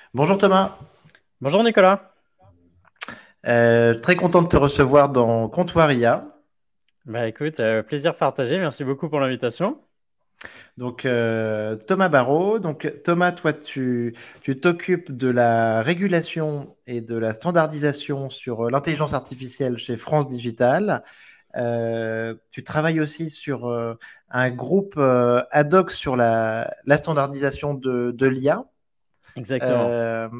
Bonjour Thomas. Bonjour Nicolas. Très content de te recevoir dans Comptoir IA. Bah écoute, plaisir partagé. Merci beaucoup pour l'invitation. Donc Thomas Barrault. Donc Thomas, toi tu t'occupes de la régulation et de la standardisation sur l'intelligence artificielle chez France Digital. Tu travailles aussi sur un groupe ad hoc sur la standardisation de l'IA. Exactement.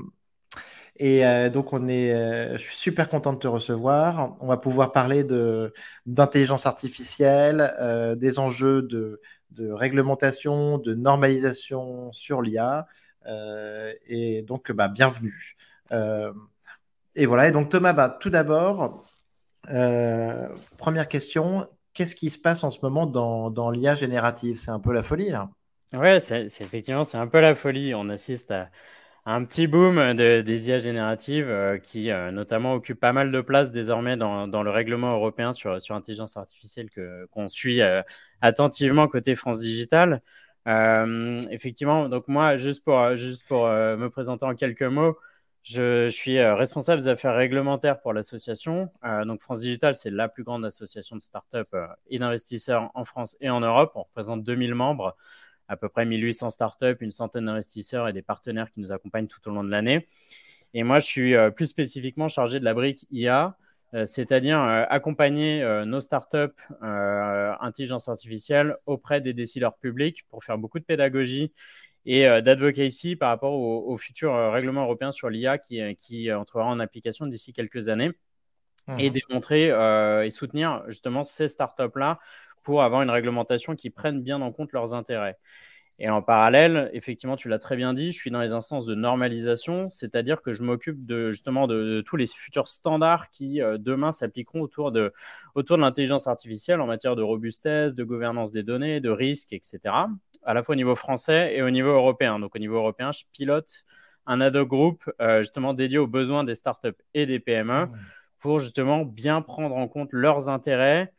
Donc, je suis super content de te recevoir. On va pouvoir parler d'intelligence artificielle, des enjeux de réglementation, de normalisation sur l'IA. Et donc, bienvenue. Euh, et voilà. Et donc, Thomas, tout d'abord, première question, qu'est-ce qui se passe en ce moment dans l'IA générative? C'est un peu la folie, là. Ouais, effectivement, c'est un peu la folie. On assiste à un petit boom des IA génératives qui notamment occupent pas mal de place désormais dans le règlement européen sur l'intelligence artificielle qu'on suit attentivement côté France Digital. Effectivement, donc moi, juste pour me présenter en quelques mots, je suis responsable des affaires réglementaires pour l'association. Donc France Digital, c'est la plus grande association de startups et d'investisseurs en France et en Europe. On représente 2000 membres, à peu près 1800 startups, une centaine d'investisseurs et des partenaires qui nous accompagnent tout au long de l'année. Et moi, je suis plus spécifiquement chargé de la brique IA, c'est-à-dire accompagner nos startups intelligence artificielle auprès des décideurs publics pour faire beaucoup de pédagogie et d'advocacy par rapport au futur règlement européen sur l'IA qui entrera en application d'ici quelques années et Mhm. démontrer et soutenir justement ces startups-là pour avoir une réglementation qui prenne bien en compte leurs intérêts. Et en parallèle, effectivement, tu l'as très bien dit, je suis dans les instances de normalisation, c'est-à-dire que je m'occupe justement de tous les futurs standards qui demain s'appliqueront autour de l'intelligence artificielle en matière de robustesse, de gouvernance des données, de risques, etc. À la fois au niveau français et au niveau européen. Donc au niveau européen, je pilote un ad hoc group justement dédié aux besoins des startups et des PME Mhm. pour justement bien prendre en compte leurs intérêts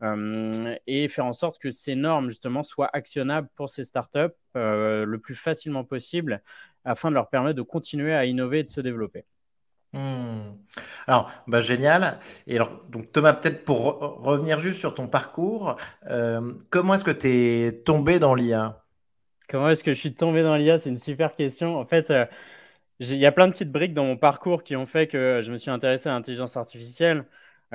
et faire en sorte que ces normes justement soient actionnables pour ces startups le plus facilement possible afin de leur permettre de continuer à innover et de se développer. Hmm. Alors, génial. Et alors, donc Thomas, peut-être pour revenir juste sur ton parcours, comment est-ce que tu es tombé dans l'IA? Comment est-ce que je suis tombé dans l'IA? C'est une super question. En fait, il y a plein de petites briques dans mon parcours qui ont fait que je me suis intéressé à l'intelligence artificielle.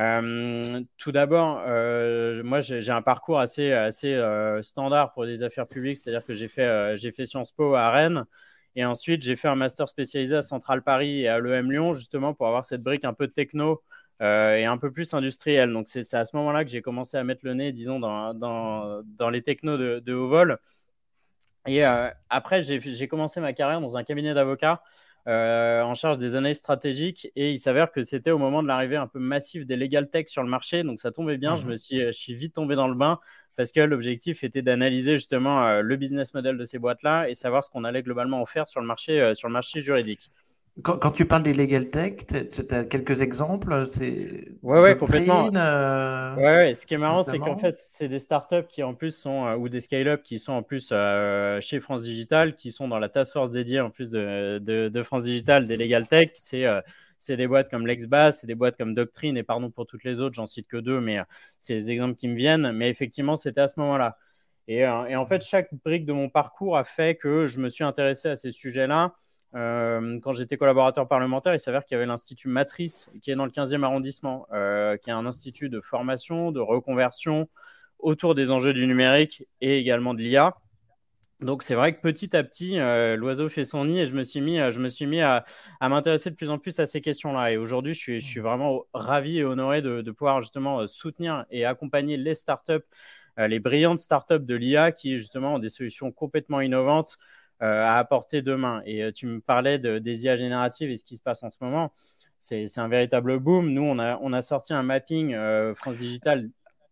Tout d'abord, moi, j'ai un parcours assez standard pour les affaires publiques, c'est-à-dire que j'ai fait Sciences Po à Rennes. Et ensuite, j'ai fait un master spécialisé à Centrale Paris et à l'EM Lyon, justement pour avoir cette brique un peu techno et un peu plus industrielle. Donc, c'est à ce moment-là que j'ai commencé à mettre le nez, disons, dans les technos de haut vol. Et après, j'ai commencé ma carrière dans un cabinet d'avocats en charge des analyses stratégiques. Et il s'avère que c'était au moment de l'arrivée un peu massive des legal tech sur le marché. Donc ça tombait bien, Mhm. je suis vite tombé dans le bain parce que l'objectif était d'analyser justement le business model de ces boîtes-là et savoir ce qu'on allait globalement en faire sur le marché juridique. Quand tu parles des legal tech, tu as quelques exemples, c'est Ouais, ouais, complètement. doctrine Ouais, ouais. Ce qui est marrant, c'est qu'en notamment. fait, c'est des startups qui en plus sont, ou des scale-up qui sont en plus chez France Digital, qui sont dans la task force dédiée en plus de France Digital, des Legal Tech. C'est des boîtes comme Lexbase, c'est des boîtes comme Doctrine, et pardon pour toutes les autres, j'en cite que deux, mais c'est les exemples qui me viennent. Mais effectivement, c'était à ce moment-là. Et en fait, chaque brique de mon parcours a fait que je me suis intéressé à ces sujets-là. Quand j'étais collaborateur parlementaire, il s'avère qu'il y avait l'Institut Matrice qui est dans le 15e arrondissement, qui est un institut de formation, de reconversion autour des enjeux du numérique et également de l'IA. Donc c'est vrai que petit à petit, l'oiseau fait son nid et je me suis mis à m'intéresser de plus en plus à ces questions-là. Et aujourd'hui, je suis vraiment ravi et honoré de pouvoir justement soutenir et accompagner les startups, les brillantes startups de l'IA qui justement ont des solutions complètement innovantes à apporter demain. Et tu me parlais des IA génératives et ce qui se passe en ce moment. C'est un véritable boom. Nous, on a sorti un mapping France Digital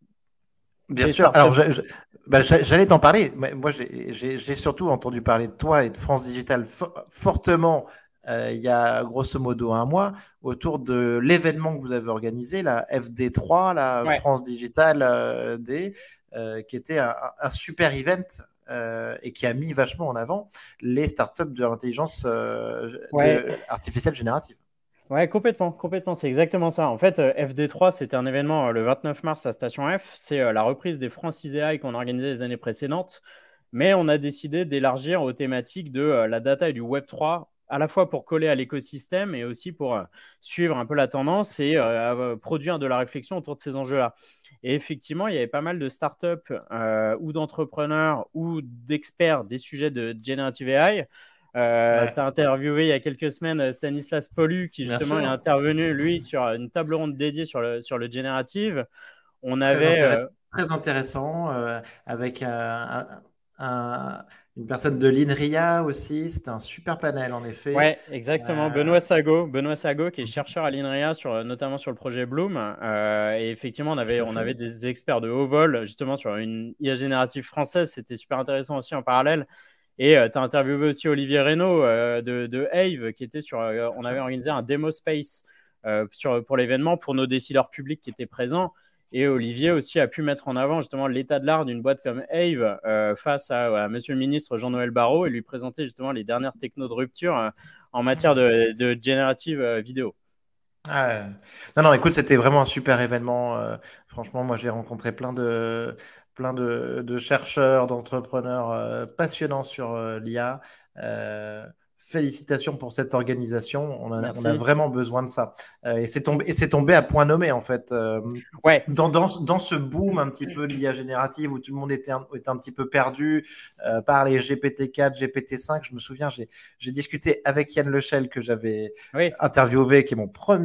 Bien des sûr. Alors, startups. j'allais t'en parler. Mais moi, j'ai surtout entendu parler de toi et de France Digital fortement il y a grosso modo un mois autour de l'événement que vous avez organisé, la FD3, la Ouais, France Digital D, qui était un super event et qui a mis vachement en avant les startups de l'intelligence Ouais, artificielle générative. ouais, complètement, complètement, c'est exactement ça. En fait, FD3, c'était un événement le 29 mars à Station F. C'est la reprise des Francis AI qu'on organisait les années précédentes, mais on a décidé d'élargir aux thématiques de la data et du Web3, à la fois pour coller à l'écosystème et aussi pour suivre un peu la tendance et produire de la réflexion autour de ces enjeux-là. Et effectivement, il y avait pas mal de startups ou d'entrepreneurs ou d'experts des sujets de Generative AI. Tu Ouais, as interviewé il y a quelques semaines Stanislas Polu, qui bien justement est sûr. intervenu, lui, sur une table ronde dédiée sur le générative. On Très avait, intéressant, très intéressant avec une personne de l'INRIA aussi. C'était un super panel, en effet. ouais, exactement, Euh, Benoît Sago, qui est chercheur à l'INRIA, notamment sur le projet Bloom. Et effectivement, tout à on fait. avait des experts de haut vol, justement, sur une IA générative française. C'était super intéressant aussi en parallèle. Et tu as interviewé aussi Olivier Reynaud de Ave, qui était Bien on avait sûr. organisé un démo space pour l'événement pour nos décideurs publics qui étaient présents. Et Olivier aussi a pu mettre en avant justement l'état de l'art d'une boîte comme Ave face à Monsieur le ministre Jean-Noël Barrot et lui présenter justement les dernières technos de rupture en matière de générative vidéo. Ah, non, non, écoute, c'était vraiment un super événement. Franchement, moi, j'ai rencontré plein de chercheurs, d'entrepreneurs passionnants sur l'IA. Félicitations pour cette organisation. On a Merci. vraiment besoin de ça. Et c'est tombé à point nommé, en fait. Ouais, Dans ce boom un petit peu de l'IA générative où tout le monde était un petit peu perdu par les GPT-4, GPT-5, je me souviens, j'ai discuté avec Yann Lechel que j'avais oui. interviewé, qui est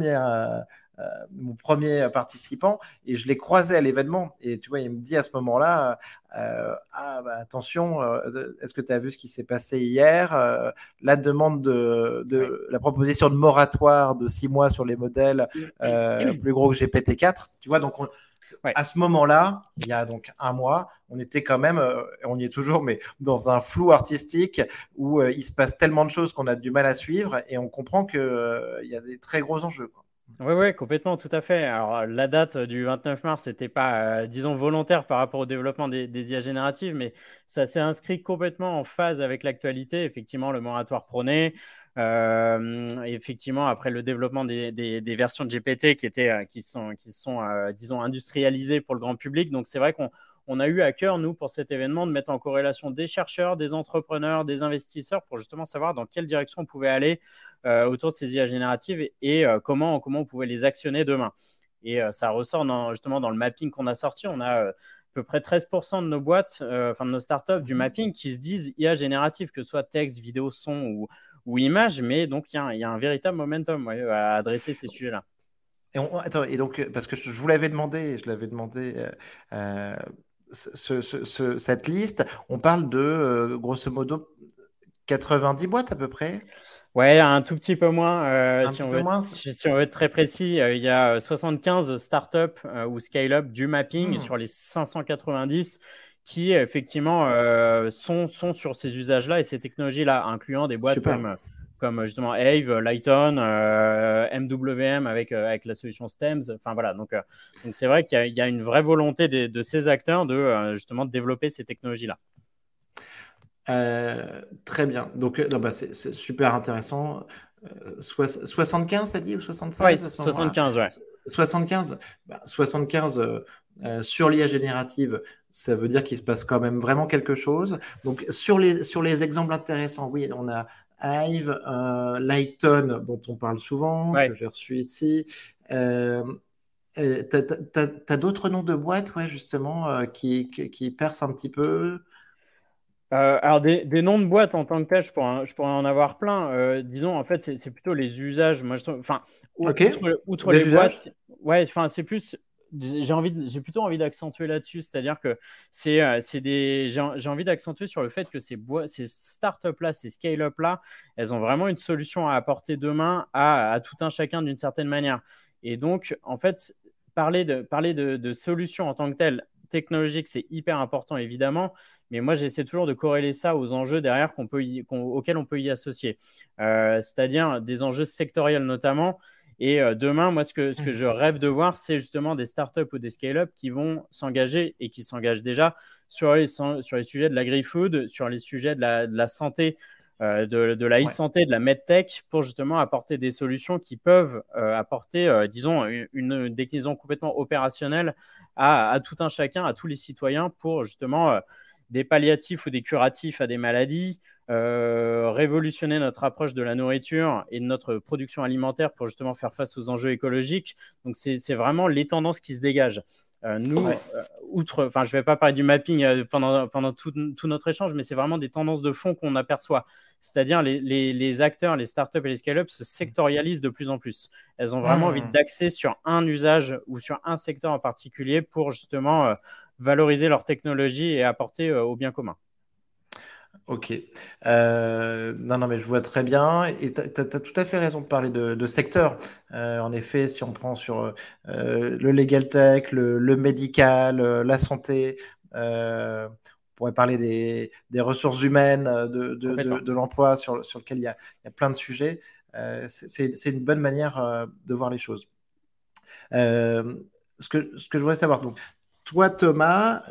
mon premier participant, et je l'ai croisé à l'événement. Et tu vois, il me dit à ce moment-là, ah bah, attention, est-ce que tu as vu ce qui s'est passé hier la demande Oui. la proposition de moratoire de 6 mois sur les modèles plus gros que GPT-4. Tu vois, donc Ouais. à ce moment-là, il y a donc un mois, on était quand même, on y est toujours, mais dans un flou artistique où il se passe tellement de choses qu'on a du mal à suivre et on comprend qu'il y a des très gros enjeux, quoi. Oui, oui, complètement, tout à fait. Alors, la date du 29 mars n'était pas, disons, volontaire par rapport au développement des IA génératives, mais ça s'est inscrit complètement en phase avec l'actualité. Effectivement, le moratoire prôné, effectivement, après le développement des versions de GPT qui sont disons, industrialisées pour le grand public. Donc, c'est vrai qu'on a eu à cœur, nous, pour cet événement, de mettre en corrélation des chercheurs, des entrepreneurs, des investisseurs pour justement savoir dans quelle direction on pouvait aller autour de ces IA génératives et comment on pouvait les actionner demain. Et ça ressort justement dans le mapping qu'on a sorti. On a à peu près 13% de nos boîtes, enfin de nos startups du mapping qui se disent IA générative, que ce soit texte, vidéo, son ou image. Mais donc, il y a un véritable momentum à adresser ces sujets-là. Attends, et donc, parce que je vous l'avais demandé, je l'avais demandé euh, cette liste, on parle de grosso modo 90 boîtes à peu près, Ouais, un tout petit peu moins. un petit peu moins. Si on veut être très précis, il y a 75 startups ou scale-up du mapping Hmm, sur les 590 qui, effectivement, sont sur ces usages-là et ces technologies-là, incluant des boîtes super. comme justement Ave, Lighton, MWM avec la solution STEMS. Enfin, voilà. Donc c'est vrai qu'il y a une vraie volonté de ces acteurs justement de développer ces technologies-là. Très bien. Donc, non, bah, c'est super intéressant. 75, ça dit, ou Oui, 76 à ce moment-là? 75, ouais. 75, 75 sur l'IA générative, ça veut dire qu'il se passe quand même vraiment quelque chose. Donc, sur les exemples intéressants, oui, on a Hive, Lighton, dont on parle souvent, que Ouais. j'ai reçu ici. T'as d'autres noms de boîtes, ouais, justement, qui percent un petit peu? Alors, des noms de boîtes en tant que tel, je pourrais en avoir plein. Disons, en fait, c'est plutôt les usages. Moi, enfin, Ok. outre les Des usages? boîtes, ouais, enfin, c'est plus. J'ai plutôt envie d'accentuer là-dessus, c'est-à-dire que j'ai envie d'accentuer sur le fait que ces startups-là, ces scale-up-là, elles ont vraiment une solution à apporter demain à tout un chacun d'une certaine manière. Et donc, en fait, parler de solutions en tant que telles, technologiques, c'est hyper important, évidemment. Mais moi, j'essaie toujours de corréler ça aux enjeux derrière auxquels on peut y associer. C'est-à-dire des enjeux sectoriels notamment. Et demain, moi, ce que je rêve de voir, c'est justement des startups ou des scale-up qui vont s'engager et qui s'engagent déjà sur les sujets de l'agri-food, sur les sujets de la santé, de la Ouais. e-santé, de la medtech, pour justement apporter des solutions qui peuvent apporter, disons, une déclinaison complètement opérationnelle à tout un chacun, à tous les citoyens, pour justement des palliatifs ou des curatifs à des maladies, révolutionner notre approche de la nourriture et de notre production alimentaire pour justement faire face aux enjeux écologiques. Donc, c'est vraiment les tendances qui se dégagent. Nous, Ouais. enfin, je ne vais pas parler du mapping pendant tout notre échange, mais c'est vraiment des tendances de fond qu'on aperçoit. C'est-à-dire les acteurs, les startups et les scale-up se sectorialisent de plus en plus. Elles ont vraiment envie Mmh. d'axer sur un usage ou sur un secteur en particulier pour justement valoriser leur technologie et apporter au bien commun. Ok. Non, non, mais je vois très bien. Et tu as tout à fait raison de parler de secteur. En effet, si on prend sur le legal tech, le médical, la santé, on pourrait parler des ressources humaines, Complètement. de l'emploi sur lequel il y a plein de sujets. C'est une bonne manière de voir les choses. Euh, ce que je voudrais savoir, donc, toi, Thomas,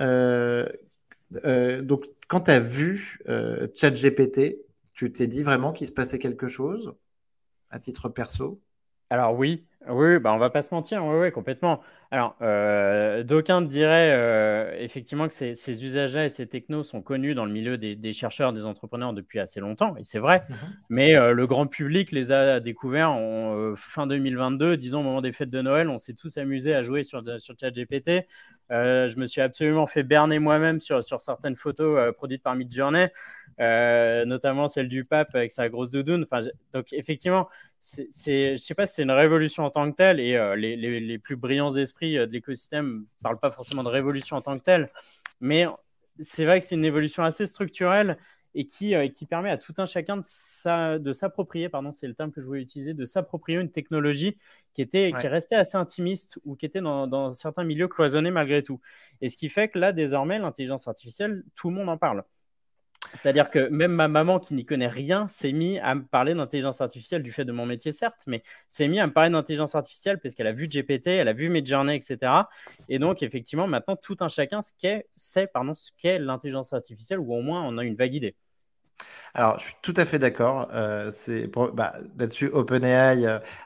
donc, quand tu as vu ChatGPT, tu t'es dit vraiment qu'il se passait quelque chose à titre perso? Alors oui, oui, bah on va pas se mentir, oui, oui, complètement. Alors, d'aucuns diraient effectivement que ces usages-là et ces technos sont connus dans le milieu des chercheurs, des entrepreneurs depuis assez longtemps, et c'est vrai, Mhm. mais le grand public les a découverts en fin 2022, disons au moment des fêtes de Noël. On s'est tous amusés à jouer sur ChatGPT. Je me suis absolument fait berner moi-même sur certaines photos produites par Midjourney, notamment celle du pape avec sa grosse doudoune. Enfin, donc effectivement, je ne sais pas si c'est une révolution en tant que telle, et les plus brillants esprits de l'écosystème ne parlent pas forcément de révolution en tant que telle, mais c'est vrai que c'est une évolution assez structurelle et qui permet à tout un chacun de s'approprier, pardon, c'est le terme que je voulais utiliser, de s'approprier une technologie qui Ouais. restait assez intimiste ou qui était dans certains milieux cloisonnés malgré tout. Et ce qui fait que là, désormais, l'intelligence artificielle, tout le monde en parle. C'est-à-dire que même ma maman qui n'y connaît rien s'est mise à me parler d'intelligence artificielle du fait de mon métier, certes, mais s'est mise à me parler d'intelligence artificielle parce qu'elle a vu GPT, elle a vu Midjourney, etc. Et donc, effectivement, maintenant, tout un chacun sait ce qu'est l'intelligence artificielle, ou au moins on a une vague idée. Alors, je suis tout à fait d'accord. Là-dessus, OpenAI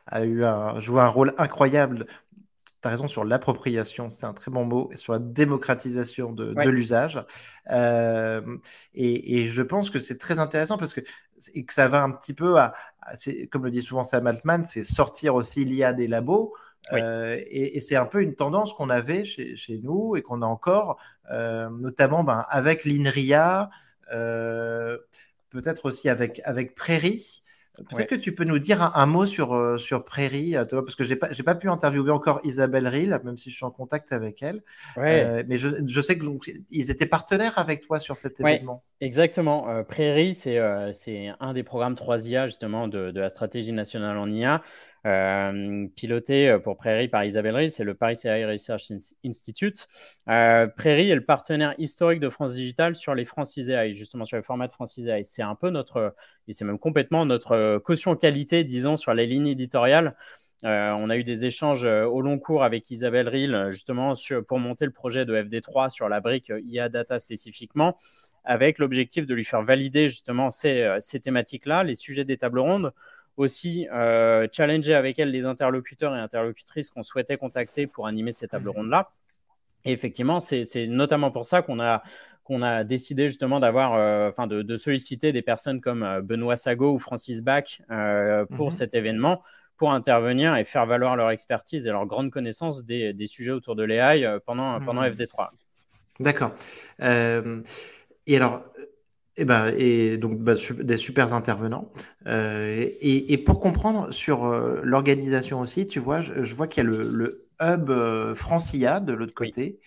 joué un rôle incroyable. Tu as raison sur l'appropriation, c'est un très bon mot, et sur la démocratisation de Ouais, l'usage. Euh, et je pense que c'est très intéressant parce que ça va un petit peu comme le dit souvent Sam Altman, c'est sortir aussi l'IA des labos. oui. Et c'est un peu une tendance qu'on avait chez nous et qu'on a encore, notamment avec l'INRIA, euh, peut-être aussi avec Prairie. Peut-être Ouais. que tu peux nous dire un mot sur Prairie, Thomas, parce que j'ai pas pu interviewer encore Isabelle Rille, même si je suis en contact avec elle. Ouais. Mais je sais qu'ils étaient partenaires avec toi sur cet Ouais, événement. exactement. Prairie, c'est un des programmes 3IA justement de la stratégie nationale en IA, piloté pour Prairie par Isabelle Rille, c'est le Paris AI Research Institute. Prairie est le partenaire historique de France Digital sur les Francis AI, justement sur les formats de Francis AI. C'est un peu et c'est même complètement notre caution qualité, disons, sur les lignes éditoriales. On a eu des échanges au long cours avec Isabelle Rille, justement, pour monter le projet de FD3 sur la brique IA Data spécifiquement, avec l'objectif de lui faire valider justement ces thématiques-là, les sujets des tables rondes, aussi challenger avec elle les interlocuteurs et interlocutrices qu'on souhaitait contacter pour animer ces tables rondes-là. Et effectivement, c'est notamment pour ça qu'on a décidé justement de solliciter des personnes comme Benoît Sago ou Francis Bach pour Mhm. cet événement, pour intervenir et faire valoir leur expertise et leur grande connaissance des sujets autour de l'AI pendant Mhm. FD3. D'accord. Euh, et alors, et donc des super intervenants. Et pour comprendre sur l'organisation aussi, tu vois, je vois qu'il y a le hub Francia de l'autre Oui. côté.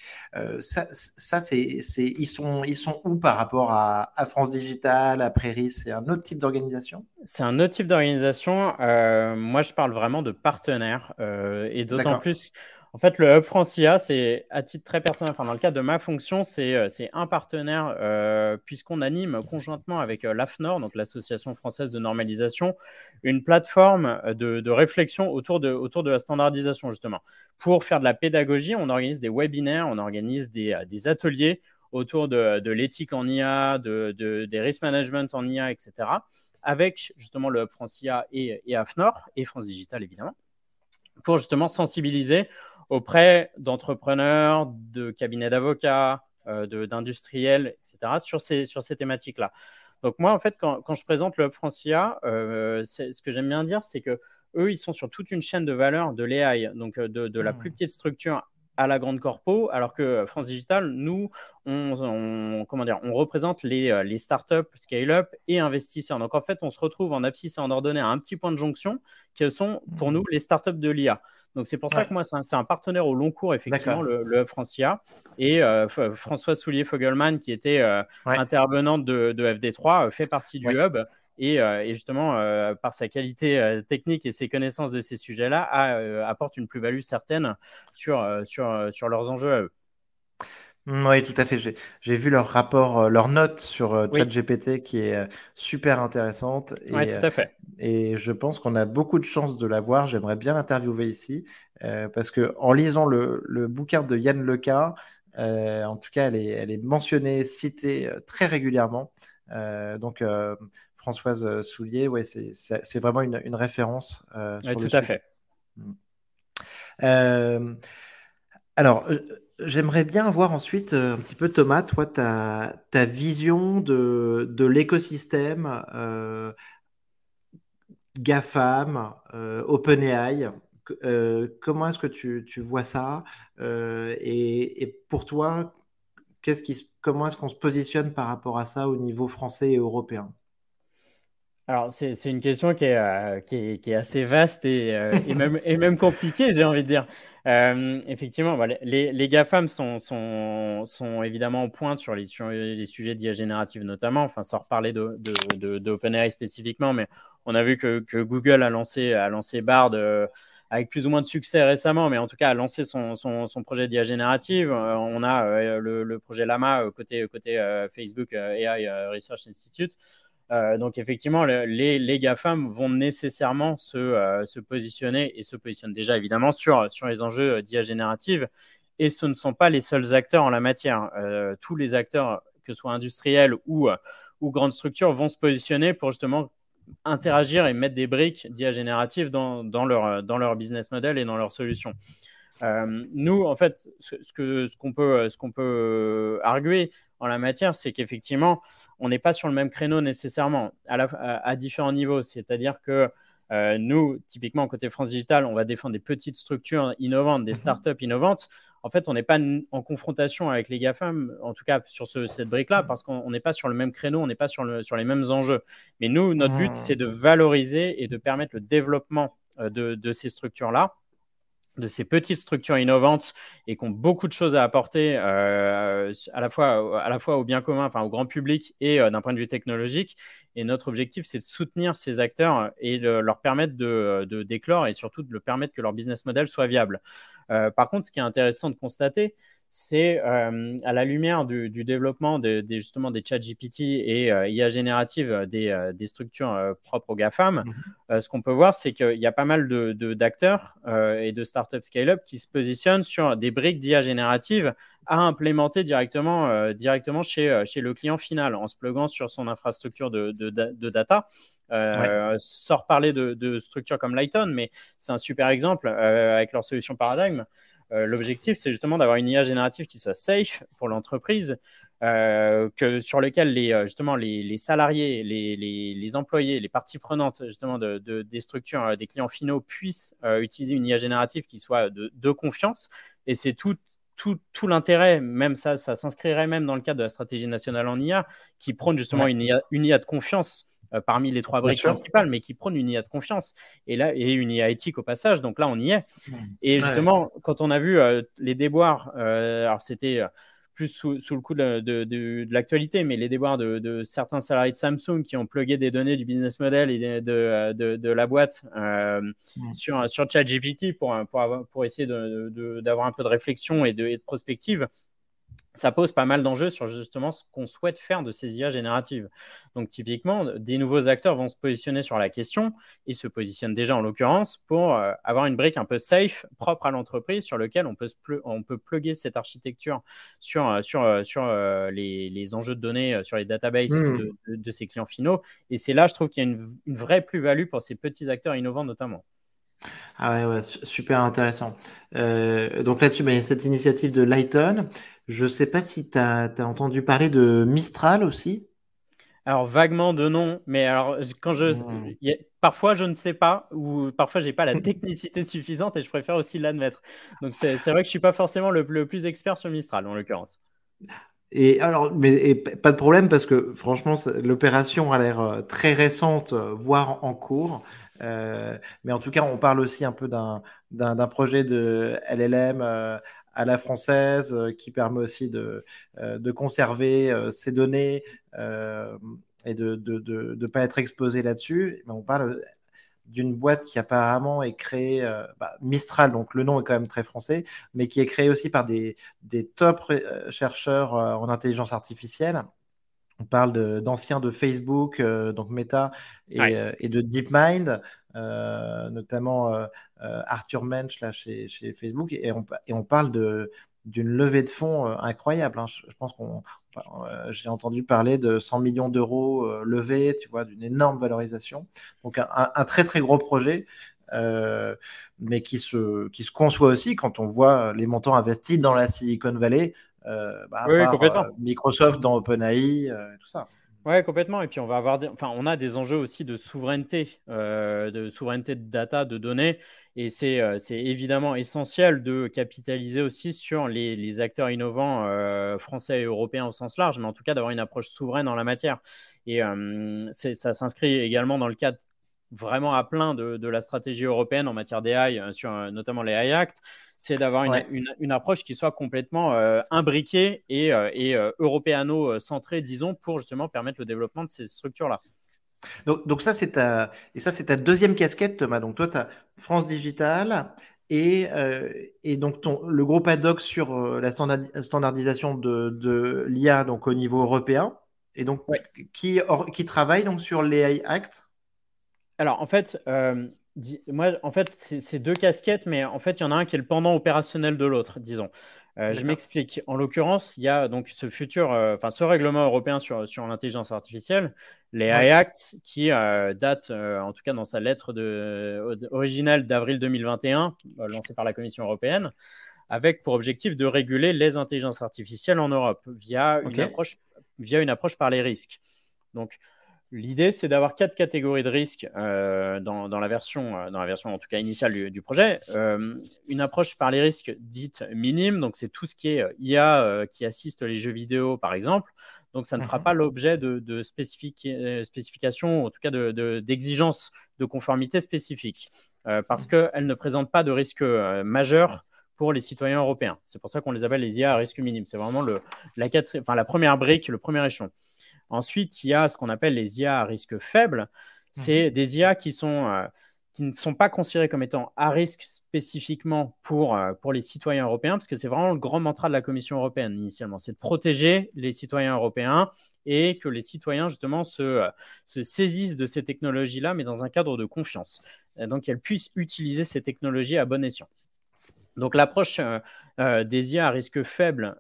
Ça ils sont où par rapport à France Digital, à Prairie? C'est un autre type d'organisation? C'est un autre type d'organisation. Moi, je parle vraiment de partenaires et d'autant D'accord. plus. En fait, le Hub France IA, c'est à titre très personnel, enfin, dans le cadre de ma fonction, c'est un partenaire puisqu'on anime conjointement avec l'AFNOR, donc l'Association française de normalisation, une plateforme de réflexion autour de la standardisation, justement. Pour faire de la pédagogie, on organise des webinaires, on organise des ateliers autour de l'éthique en IA, des risk management en IA, etc., avec justement le Hub France IA et AFNOR, et France Digital, évidemment, pour justement sensibiliser auprès d'entrepreneurs, de cabinets d'avocats, d'industriels, etc., sur ces thématiques-là. Donc moi, en fait, quand je présente le Hub France IA, ce que j'aime bien dire, c'est que eux, ils sont sur toute une chaîne de valeur de l'AI, donc de la plus petite structure à la grande corpo, alors que France Digital, nous, on représente les startups, scale-up et investisseurs. Donc en fait, on se retrouve en abscisse et en ordonnée à un petit point de jonction, qui sont pour nous les startups de l'IA. Donc c'est pour ça que moi, c'est un partenaire au long cours, effectivement, le Hub France IA. Et François Soulier-Fogelman, qui était intervenante de FD3, fait partie du Hub. Et justement, par sa qualité technique et ses connaissances de ces sujets-là, apporte une plus-value certaine sur leurs enjeux à eux. Oui, tout à fait. J'ai vu leur rapport, leur note sur ChatGPT qui est super intéressante. Oui, tout à fait. Et je pense qu'on a beaucoup de chance de la voir. J'aimerais bien l'interviewer ici parce que en lisant le bouquin de Yann Lequin, en tout cas, elle est mentionnée, citée très régulièrement. Donc, Françoise Soulier, ouais, c'est vraiment une référence sur tout le sujet. à fait. Alors, j'aimerais bien voir ensuite un petit peu, Thomas, toi, ta vision de l'écosystème GAFAM, OpenAI. Comment est-ce que tu vois ça et pour toi, comment est-ce qu'on se positionne par rapport à ça au niveau français et européen? Alors, c'est une question qui est assez vaste et même compliquée, j'ai envie de dire. Effectivement, les GAFAM sont évidemment au point sur les sujets d'IA générative notamment, enfin, sans reparler d'OpenAI spécifiquement, mais on a vu que Google a lancé Bard avec plus ou moins de succès récemment, mais en tout cas a lancé son projet d'IA générative. On a le projet Llama côté Facebook AI Research Institute. Donc effectivement, les GAFAM vont nécessairement se positionner et se positionnent déjà évidemment sur les enjeux d'IA générative. Et ce ne sont pas les seuls acteurs en la matière. Tous les acteurs, que ce soit industriels ou grandes structures, vont se positionner pour justement interagir et mettre des briques d'IA générative dans leur business model et dans leurs solutions. Nous, en fait, ce qu'on peut arguer en la matière, c'est qu'effectivement, on n'est pas sur le même créneau nécessairement à différents niveaux. C'est-à-dire que nous, typiquement, côté France Digital, on va défendre des petites structures innovantes, des startups innovantes. En fait, on n'est pas en confrontation avec les GAFAM, en tout cas sur cette brique-là, parce qu'on n'est pas sur le même créneau, on n'est pas sur les mêmes enjeux. Mais nous, notre but, c'est de valoriser et de permettre le développement de ces structures-là, de ces petites structures innovantes et qui ont beaucoup de choses à apporter à la fois au bien commun, enfin au grand public et d'un point de vue technologique. Et notre objectif, c'est de soutenir ces acteurs et de leur permettre de d'éclore et surtout de leur permettre que leur business model soit viable. Par contre, ce qui est intéressant de constater, c'est à la lumière du développement justement des ChatGPT et IA générative des structures propres aux GAFAM, ce qu'on peut voir, c'est qu'il y a pas mal d'acteurs et de startups scale-up qui se positionnent sur des briques d'IA générative à implémenter directement chez le client final en se pluguant sur son infrastructure de data. Sans reparler de structures comme Lighton, mais c'est un super exemple avec leur solution Paradigm. L'objectif, c'est justement d'avoir une IA générative qui soit safe pour l'entreprise, sur lequel les salariés, les employés, les parties prenantes justement des structures, des clients finaux puissent utiliser une IA générative qui soit de confiance. Et c'est tout l'intérêt, même ça s'inscrirait même dans le cadre de la stratégie nationale en IA, qui prône justement une IA de confiance parmi les 3 briques principales, mais qui prône une IA de confiance et une IA éthique au passage. Donc là, on y est. Et justement, quand on a vu les déboires, alors c'était plus sous le coup de l'actualité, mais les déboires de certains salariés de Samsung qui ont plugué des données du business model et de la boîte sur ChatGPT pour essayer d'avoir un peu de réflexion et de prospective, ça pose pas mal d'enjeux sur justement ce qu'on souhaite faire de ces IA génératives. Donc typiquement, des nouveaux acteurs vont se positionner sur la question. Ils se positionnent déjà en l'occurrence pour avoir une brique un peu safe, propre à l'entreprise, sur lequel on peut plugger cette architecture sur les enjeux de données, sur les databases de ses clients finaux. Et c'est là, je trouve qu'il y a une vraie plus-value pour ces petits acteurs innovants notamment. Ah ouais, super intéressant. Donc là-dessus, il y a cette initiative de Lighton. Je ne sais pas si tu as entendu parler de Mistral aussi. Alors, vaguement de nom, mais alors, parfois, je ne sais pas, ou parfois, je n'ai pas la technicité suffisante et je préfère aussi l'admettre. Donc, c'est vrai que je ne suis pas forcément le plus expert sur Mistral, en l'occurrence. Et alors, pas de problème parce que franchement, l'opération a l'air très récente, voire en cours. Mais en tout cas, on parle aussi un peu d'un projet de LLM à la française qui permet aussi de conserver ces données et de pas être exposé là-dessus. Mais on parle d'une boîte qui apparemment est créée, Mistral, donc le nom est quand même très français, mais qui est créée aussi par des top chercheurs en intelligence artificielle. On parle d'anciens de Facebook, donc Meta, et de DeepMind, notamment Arthur Mensch là, chez Facebook. Et on parle d'une levée de fonds incroyable. Hein. Je pense j'ai entendu parler de 100 millions d'euros levés, tu vois, d'une énorme valorisation. Donc un très très gros projet. Mais qui se conçoit aussi quand on voit les montants investis dans la Silicon Valley, à Oui, part complètement. Microsoft dans OpenAI, tout ça. Ouais, complètement. Et puis, on a des enjeux aussi de souveraineté de data, de données. Et c'est évidemment essentiel de capitaliser aussi sur les acteurs innovants français et européens au sens large, mais en tout cas d'avoir une approche souveraine en la matière. Et ça s'inscrit également dans le cadre vraiment à plein de la stratégie européenne en matière d'AI, sur notamment les AI Act, c'est d'avoir une approche qui soit complètement imbriquée et européano-centrée, disons, pour justement permettre le développement de ces structures-là. Donc ça, c'est ta deuxième casquette, Thomas. Donc toi, tu as France Digital et donc le groupe ad hoc sur la standardisation de l'IA donc au niveau européen et donc Ouais. qui travaille donc sur l'AI Act. Alors, en fait, moi, en fait, c'est deux casquettes, mais en fait, il y en a un qui est le pendant opérationnel de l'autre, disons. Je m'explique. En l'occurrence, il y a donc ce règlement européen sur l'intelligence artificielle, les AI Act, qui date, en tout cas dans sa lettre originale d'avril 2021, lancée par la Commission européenne, avec pour objectif de réguler les intelligences artificielles en Europe via une approche par les risques. Donc, l'idée, c'est d'avoir 4 catégories de risques dans la version en tout cas initiale du projet. Une approche par les risques dite minime, donc c'est tout ce qui est IA qui assiste les jeux vidéo, par exemple. Donc, ça ne fera pas l'objet de spécifications, en tout cas d'exigences de conformité spécifiques, parce qu'elles ne présentent pas de risque majeur pour les citoyens européens. C'est pour ça qu'on les appelle les IA à risque minime. C'est vraiment la première brique, le premier échelon. Ensuite, il y a ce qu'on appelle les IA à risque faible. C'est des IA qui ne sont pas considérées comme étant à risque spécifiquement pour les citoyens européens, parce que c'est vraiment le grand mantra de la Commission européenne initialement, c'est de protéger les citoyens européens et que les citoyens justement se saisissent de ces technologies-là, mais dans un cadre de confiance. Donc, qu'elles puissent utiliser ces technologies à bon escient. Donc, l'approche des IA à risque faible,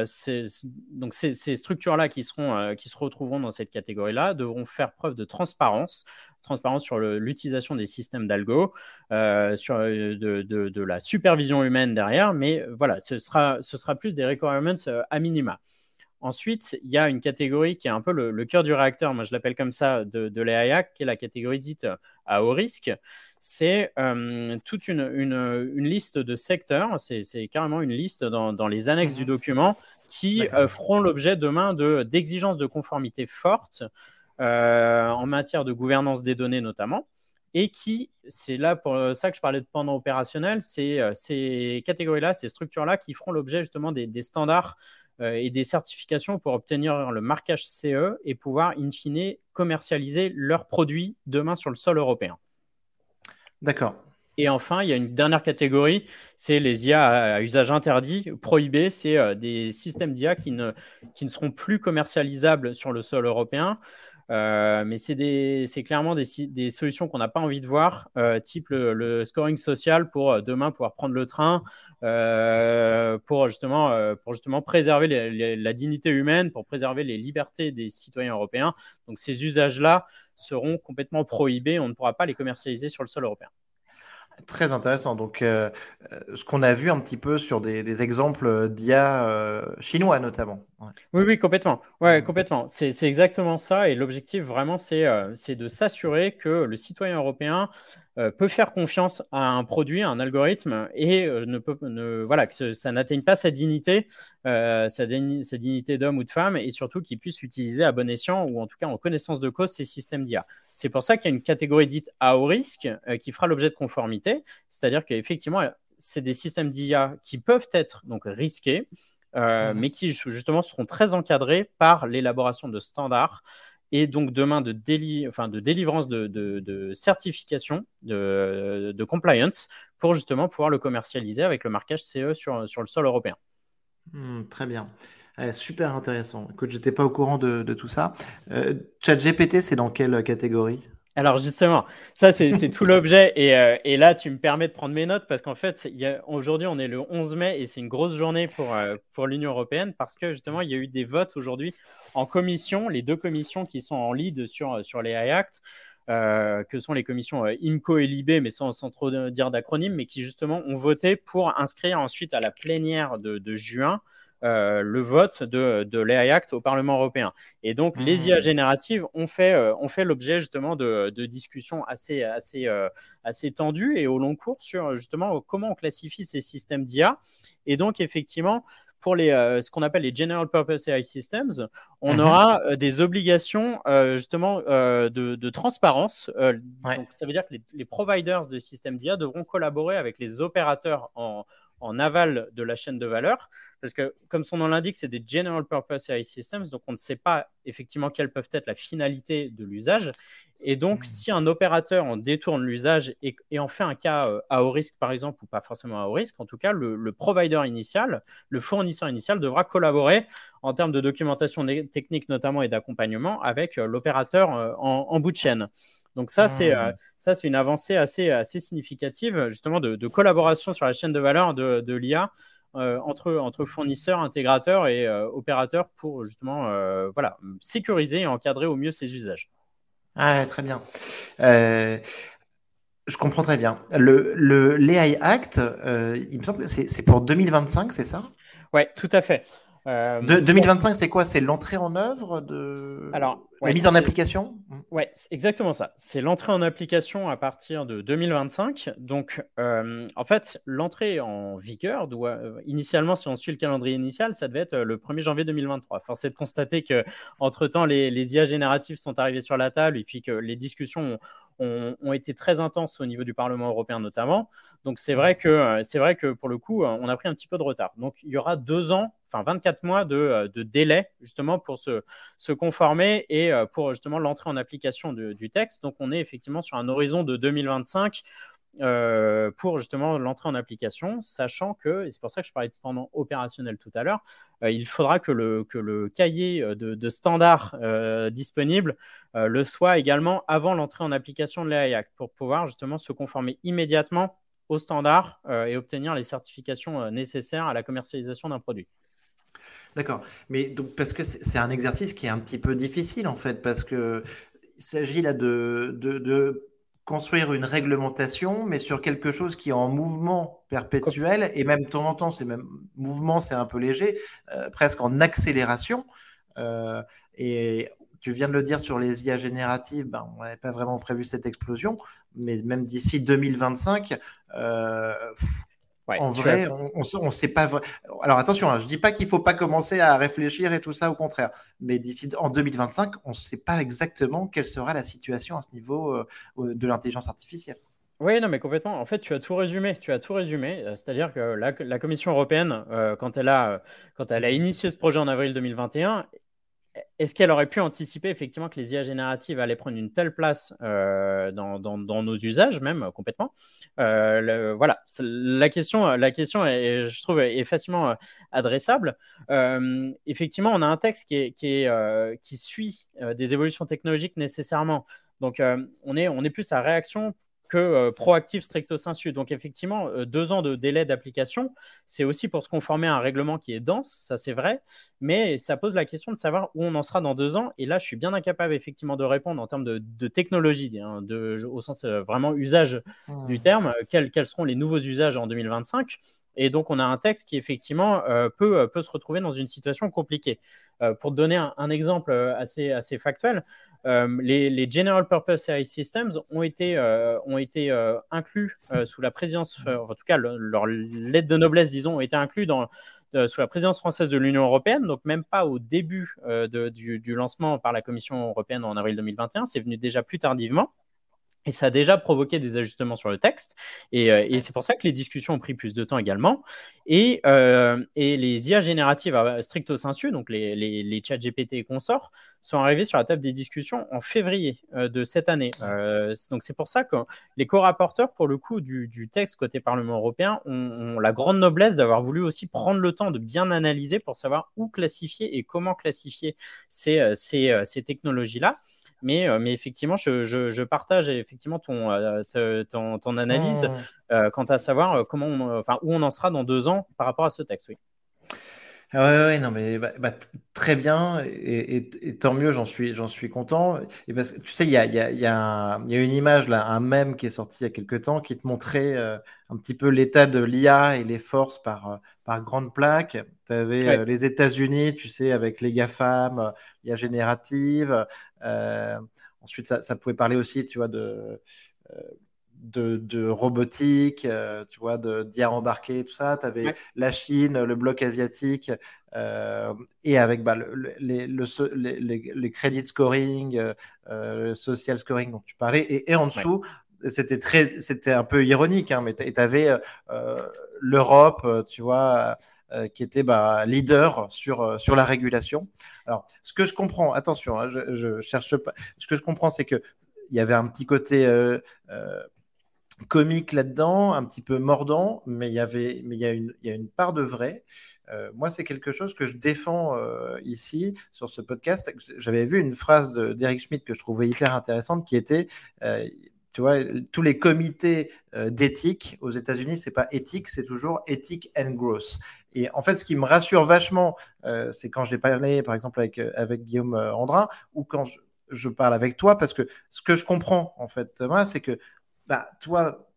donc ces structures-là qui se retrouveront dans cette catégorie-là devront faire preuve de transparence sur l'utilisation des systèmes d'algo, sur de la supervision humaine derrière, mais voilà, ce sera plus des requirements à minima. Ensuite, il y a une catégorie qui est un peu le cœur du réacteur, moi je l'appelle comme ça, de l'AI Act, qui est la catégorie dite à haut risque. C'est toute une liste de secteurs, c'est carrément une liste dans les annexes du document qui feront l'objet demain d'exigences de conformité fortes en matière de gouvernance des données notamment, et c'est là pour ça que je parlais de pendant opérationnel, c'est ces catégories-là, ces structures-là qui feront l'objet justement des standards et des certifications pour obtenir le marquage CE et pouvoir, in fine, commercialiser leurs produits demain sur le sol européen. D'accord. Et enfin, il y a une dernière catégorie, c'est les IA à usage interdit, prohibé. C'est des systèmes d'IA qui ne seront plus commercialisables sur le sol européen. Mais c'est clairement des solutions qu'on n'a pas envie de voir, type le scoring social pour demain pouvoir prendre le train, pour justement préserver la dignité humaine, pour préserver les libertés des citoyens européens. Donc ces usages-là seront complètement prohibés, on ne pourra pas les commercialiser sur le sol européen. Très intéressant. Donc, ce qu'on a vu un petit peu sur des exemples d'IA chinois notamment. Ouais. Oui, complètement. Ouais, complètement. C'est exactement ça. Et l'objectif, vraiment, c'est de s'assurer que le citoyen européen peut faire confiance à un produit, à un algorithme, et voilà, que ça n'atteigne pas sa dignité, sa dignité d'homme ou de femme, et surtout qu'il puisse utiliser à bon escient, ou en tout cas en connaissance de cause, ces systèmes d'IA. C'est pour ça qu'il y a une catégorie dite à haut risque qui fera l'objet de conformité. C'est-à-dire qu'effectivement, c'est des systèmes d'IA qui peuvent être donc risqués, mais qui justement seront très encadrés par l'élaboration de standards et donc demain de délivrance de certification, de compliance, pour justement pouvoir le commercialiser avec le marquage CE sur le sol européen. Très bien. Super intéressant. Écoute, j'étais pas au courant de tout ça. ChatGPT, c'est dans quelle catégorie? Alors justement, ça c'est tout l'objet, et là tu me permets de prendre mes notes parce qu'en fait aujourd'hui on est le 11 mai et c'est une grosse journée pour l'Union européenne parce que justement il y a eu des votes aujourd'hui en commission, les deux commissions qui sont en lead sur les AI Act, que sont les commissions IMCO et LIBE, mais sans trop dire d'acronyme, mais qui justement ont voté pour inscrire ensuite à la plénière de juin le vote de l'AI Act au Parlement européen. Et donc, les IA génératives ont fait l'objet justement de discussions assez tendues et au long cours sur justement comment on classifie ces systèmes d'IA. Et donc, effectivement, pour ce qu'on appelle les General Purpose AI Systems, on aura des obligations justement de transparence. Donc, ça veut dire que les providers de systèmes d'IA devront collaborer avec les opérateurs en aval de la chaîne de valeur, parce que comme son nom l'indique, c'est des General Purpose AI Systems, donc on ne sait pas effectivement quelle peut être la finalité de l'usage. Et donc, si un opérateur en détourne l'usage et en fait un cas à haut risque, par exemple, ou pas forcément à haut risque, en tout cas, le provider initial, le fournisseur initial devra collaborer en termes de documentation technique notamment et d'accompagnement avec l'opérateur en bout de chaîne. Donc ça, c'est une avancée assez significative, justement, de collaboration sur la chaîne de valeur de l'IA entre fournisseurs, intégrateurs et opérateurs pour justement sécuriser et encadrer au mieux ces usages. Ah, très bien. Je comprends très bien. L'AI Act, il me semble que c'est pour 2025, c'est ça? Oui, tout à fait. 2025, c'est quoi? C'est l'entrée en œuvre la mise en application? Oui, c'est exactement ça. C'est l'entrée en application à partir de 2025. Donc, en fait, l'entrée en vigueur doit, initialement, si on suit le calendrier initial, ça devait être le 1er janvier 2023. Force est de constater qu'entre-temps, les IA génératives sont arrivées sur la table et puis que les discussions ont été très intenses au niveau du Parlement européen notamment. Donc, c'est vrai que pour le coup, on a pris un petit peu de retard. Donc, il y aura 2 ans, enfin 24 mois de délai justement pour se conformer et pour justement l'entrée en application du texte. Donc, on est effectivement sur un horizon de 2025 pour justement l'entrée en application, sachant que, et c'est pour ça que je parlais de pendant opérationnel tout à l'heure, il faudra que le cahier de standards disponible le soit également avant l'entrée en application de l'AI Act pour pouvoir justement se conformer immédiatement aux standards et obtenir les certifications nécessaires à la commercialisation d'un produit. D'accord. Mais donc, parce que c'est un exercice qui est un petit peu difficile, en fait, parce que il s'agit là de construire une réglementation, mais sur quelque chose qui est en mouvement perpétuel, et même de temps en temps, mouvement, c'est un peu léger, presque en accélération. Et tu viens de le dire sur les IA génératives, on n'avait pas vraiment prévu cette explosion, mais même d'ici 2025, en vrai, on ne sait pas. Alors attention, je ne dis pas qu'il ne faut pas commencer à réfléchir et tout ça, au contraire. Mais d'ici en 2025, on ne sait pas exactement quelle sera la situation à ce niveau de l'intelligence artificielle. Oui, non, mais complètement. En fait, tu as tout résumé. Tu as tout résumé. C'est-à-dire que la Commission européenne, quand elle a initié ce projet en avril 2021, est-ce qu'elle aurait pu anticiper effectivement que les IA génératives allaient prendre une telle place dans nos usages, même complètement. Voilà, la question je trouve, est facilement adressable. Effectivement, on a un texte qui suit des évolutions technologiques nécessairement. Donc, on est plus à réaction que proactif stricto sensu. Donc, effectivement, 2 ans de délai d'application, c'est aussi pour se conformer à un règlement qui est dense, ça c'est vrai, mais ça pose la question de savoir où on en sera dans 2 ans. Et là, je suis bien incapable effectivement de répondre en termes de technologie, hein, au sens vraiment usage du Hmm. terme, quels seront les nouveaux usages en 2025. Et donc, on a un texte qui effectivement peut se retrouver dans une situation compliquée. Pour te donner un exemple assez factuel, les General Purpose AI Systems ont été inclus sous la présidence, en tout cas leur lettre de noblesse, disons, ont été inclus sous la présidence française de l'Union européenne, donc même pas au début du lancement par la Commission européenne en avril 2021, c'est venu déjà plus tardivement. Et ça a déjà provoqué des ajustements sur le texte. Et Ouais. c'est pour ça que les discussions ont pris plus de temps également. Et les IA génératives à stricto sensu, donc les chats GPT et consorts, sont arrivés sur la table des discussions en février de cette année. Donc c'est pour ça que les co-rapporteurs, pour le coup, du texte côté Parlement européen, ont la grande noblesse d'avoir voulu aussi prendre le temps de bien analyser pour savoir où classifier et comment classifier ces technologies-là. Mais effectivement, je partage effectivement ton analyse Hmm. quant à savoir enfin, où on en sera dans 2 ans par rapport à ce texte. Oui. Ah ouais, ouais, non, mais très bien, et tant mieux, j'en suis content. Et parce que tu sais, il y a une image là, un mème qui est sorti il y a quelques temps qui te montrait un petit peu l'état de l'IA et les forces par grande plaque. Tu avais Ouais, les États-Unis, tu sais, avec les GAFAM, l'IA générative. Euh, Ensuite, ça pouvait parler aussi, tu vois, euh, de robotique, tu vois, d'IA embarquée, tout ça. Tu avais ouais, la Chine, le bloc asiatique, et avec les credit scoring, le social scoring dont tu parlais. Et en ouais. dessous, c'était un peu ironique, hein, mais tu avais l'Europe, tu vois, qui était leader sur la régulation. Alors, ce que je comprends, attention, hein, je cherche pas, ce que je comprends, c'est que il y avait un petit côté euh, comique là-dedans, un petit peu mordant, mais il y a une part de vrai. Moi, c'est quelque chose que je défends ici sur ce podcast. J'avais vu une phrase d'Eric Schmidt que je trouvais hyper intéressante, qui était, euh, tu vois, tous les comités d'éthique aux États-Unis, c'est pas éthique, c'est toujours ethic and growth. Et en fait, ce qui me rassure vachement, c'est quand j'ai parlé, par exemple, avec Guillaume Andrin, ou quand je parle avec toi, parce que ce que je comprends, en fait, moi, c'est que toi,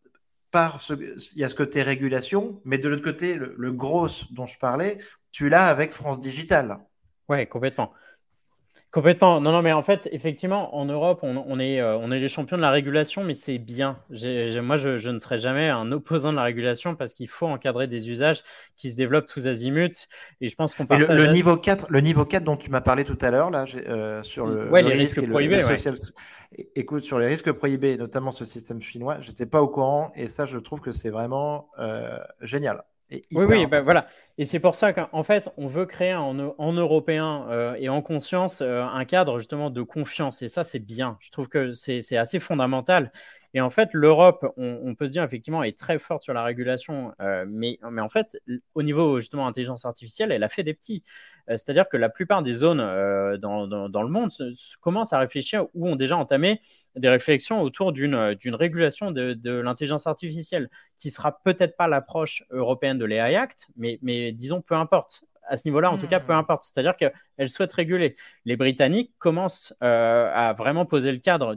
il y a ce côté régulation, mais de l'autre côté, le gros dont je parlais, tu l'as avec France Digital. Ouais, complètement. Complètement. Non, non, mais en fait, effectivement, en Europe, on est les champions de la régulation, mais c'est bien. Moi, je ne serai jamais un opposant de la régulation parce qu'il faut encadrer des usages qui se développent tous azimuts. Et je pense qu'on Mais partage. le niveau 4 dont tu m'as parlé tout à l'heure, là, sur Ouais, le les risques risque et le prohibés, ouais. social, écoute, sur les risques prohibés, notamment ce système chinois, j'étais pas au courant, et ça, je trouve que c'est vraiment génial et Oui, hyper oui, ben important. voilà. Et c'est pour ça qu'en fait, on veut créer en européen et en conscience un cadre justement de confiance. Et ça, c'est bien. Je trouve que c'est assez fondamental. Et en fait, l'Europe, on peut se dire effectivement, est très forte sur la régulation. Mais en fait, au niveau justement intelligence artificielle, elle a fait des petits. C'est-à-dire que la plupart des zones dans le monde commencent à réfléchir ou ont déjà entamé des réflexions autour d'une régulation de l'intelligence artificielle qui sera peut-être pas l'approche européenne de l'AI Act, mais disons peu importe. À ce niveau-là, en tout cas, peu Hmm. importe. C'est-à-dire qu'elle souhaite réguler. Les Britanniques commencent à vraiment poser le cadre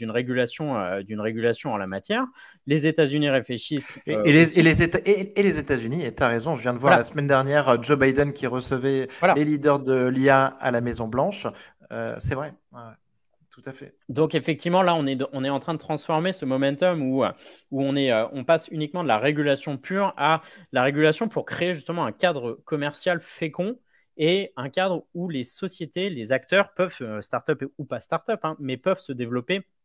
d'une régulation en la matière. Les États-Unis réfléchissent aussi. Et les États-Unis, et tu as raison, je viens de voir la Voilà, semaine dernière Joe Biden qui recevait les voilà. leaders de l'IA à la Maison-Blanche. C'est vrai, ouais, tout à fait. Donc effectivement, là, on est en train de transformer ce momentum où on passe uniquement de la régulation pure à la régulation pour créer justement un cadre commercial fécond et un cadre où les sociétés, les acteurs peuvent, start-up ou pas start-up, hein, mais peuvent se développer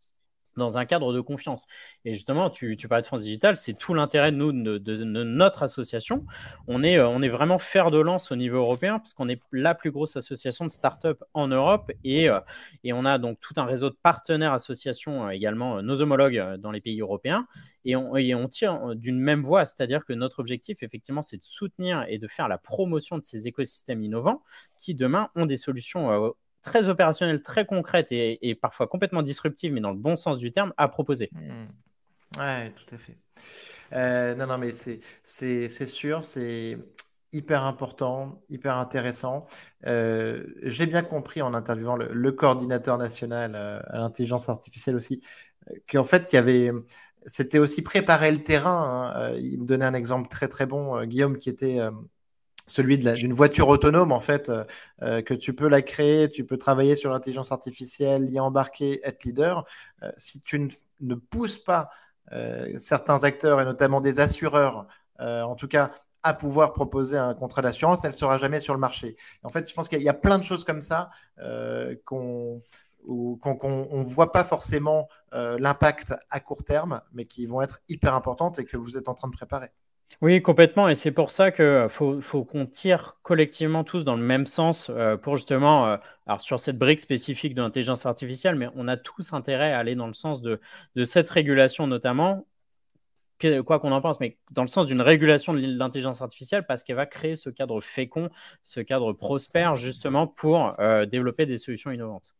dans un cadre de confiance. Et justement, tu parlais de France Digital, c'est tout l'intérêt de notre association. On est vraiment fer de lance au niveau européen, parce qu'on est la plus grosse association de start-up en Europe, et on a donc tout un réseau de partenaires associations, également nos homologues dans les pays européens, et on tire d'une même voie, c'est-à-dire que notre objectif, effectivement, c'est de soutenir et de faire la promotion de ces écosystèmes innovants qui, demain, ont des solutions très opérationnelles, très concrètes et parfois complètement disruptives, mais dans le bon sens du terme, à proposer. Ouais, tout à fait. Non, non, mais c'est sûr, c'est hyper important, hyper intéressant. J'ai bien compris en interviewant le coordinateur national à l'intelligence artificielle aussi, qu'en fait, c'était aussi préparer le terrain, hein. Il me donnait un exemple très très bon, Guillaume, qui était celui d'une voiture autonome, en fait, que tu peux la créer, tu peux travailler sur l'intelligence artificielle, y embarquer, être leader. Si tu ne pousses pas certains acteurs, et notamment des assureurs, en tout cas, à pouvoir proposer un contrat d'assurance, elle ne sera jamais sur le marché. En fait, je pense qu'il y a plein de choses comme ça qu'on ne voit pas forcément l'impact à court terme, mais qui vont être hyper importantes et que vous êtes en train de préparer. Oui, complètement. Et c'est pour ça qu'il faut qu'on tire collectivement tous dans le même sens pour justement, alors sur cette brique spécifique de l'intelligence artificielle, mais on a tous intérêt à aller dans le sens de cette régulation notamment, quoi qu'on en pense, mais dans le sens d'une régulation de l'intelligence artificielle parce qu'elle va créer ce cadre fécond, ce cadre prospère justement pour développer des solutions innovantes.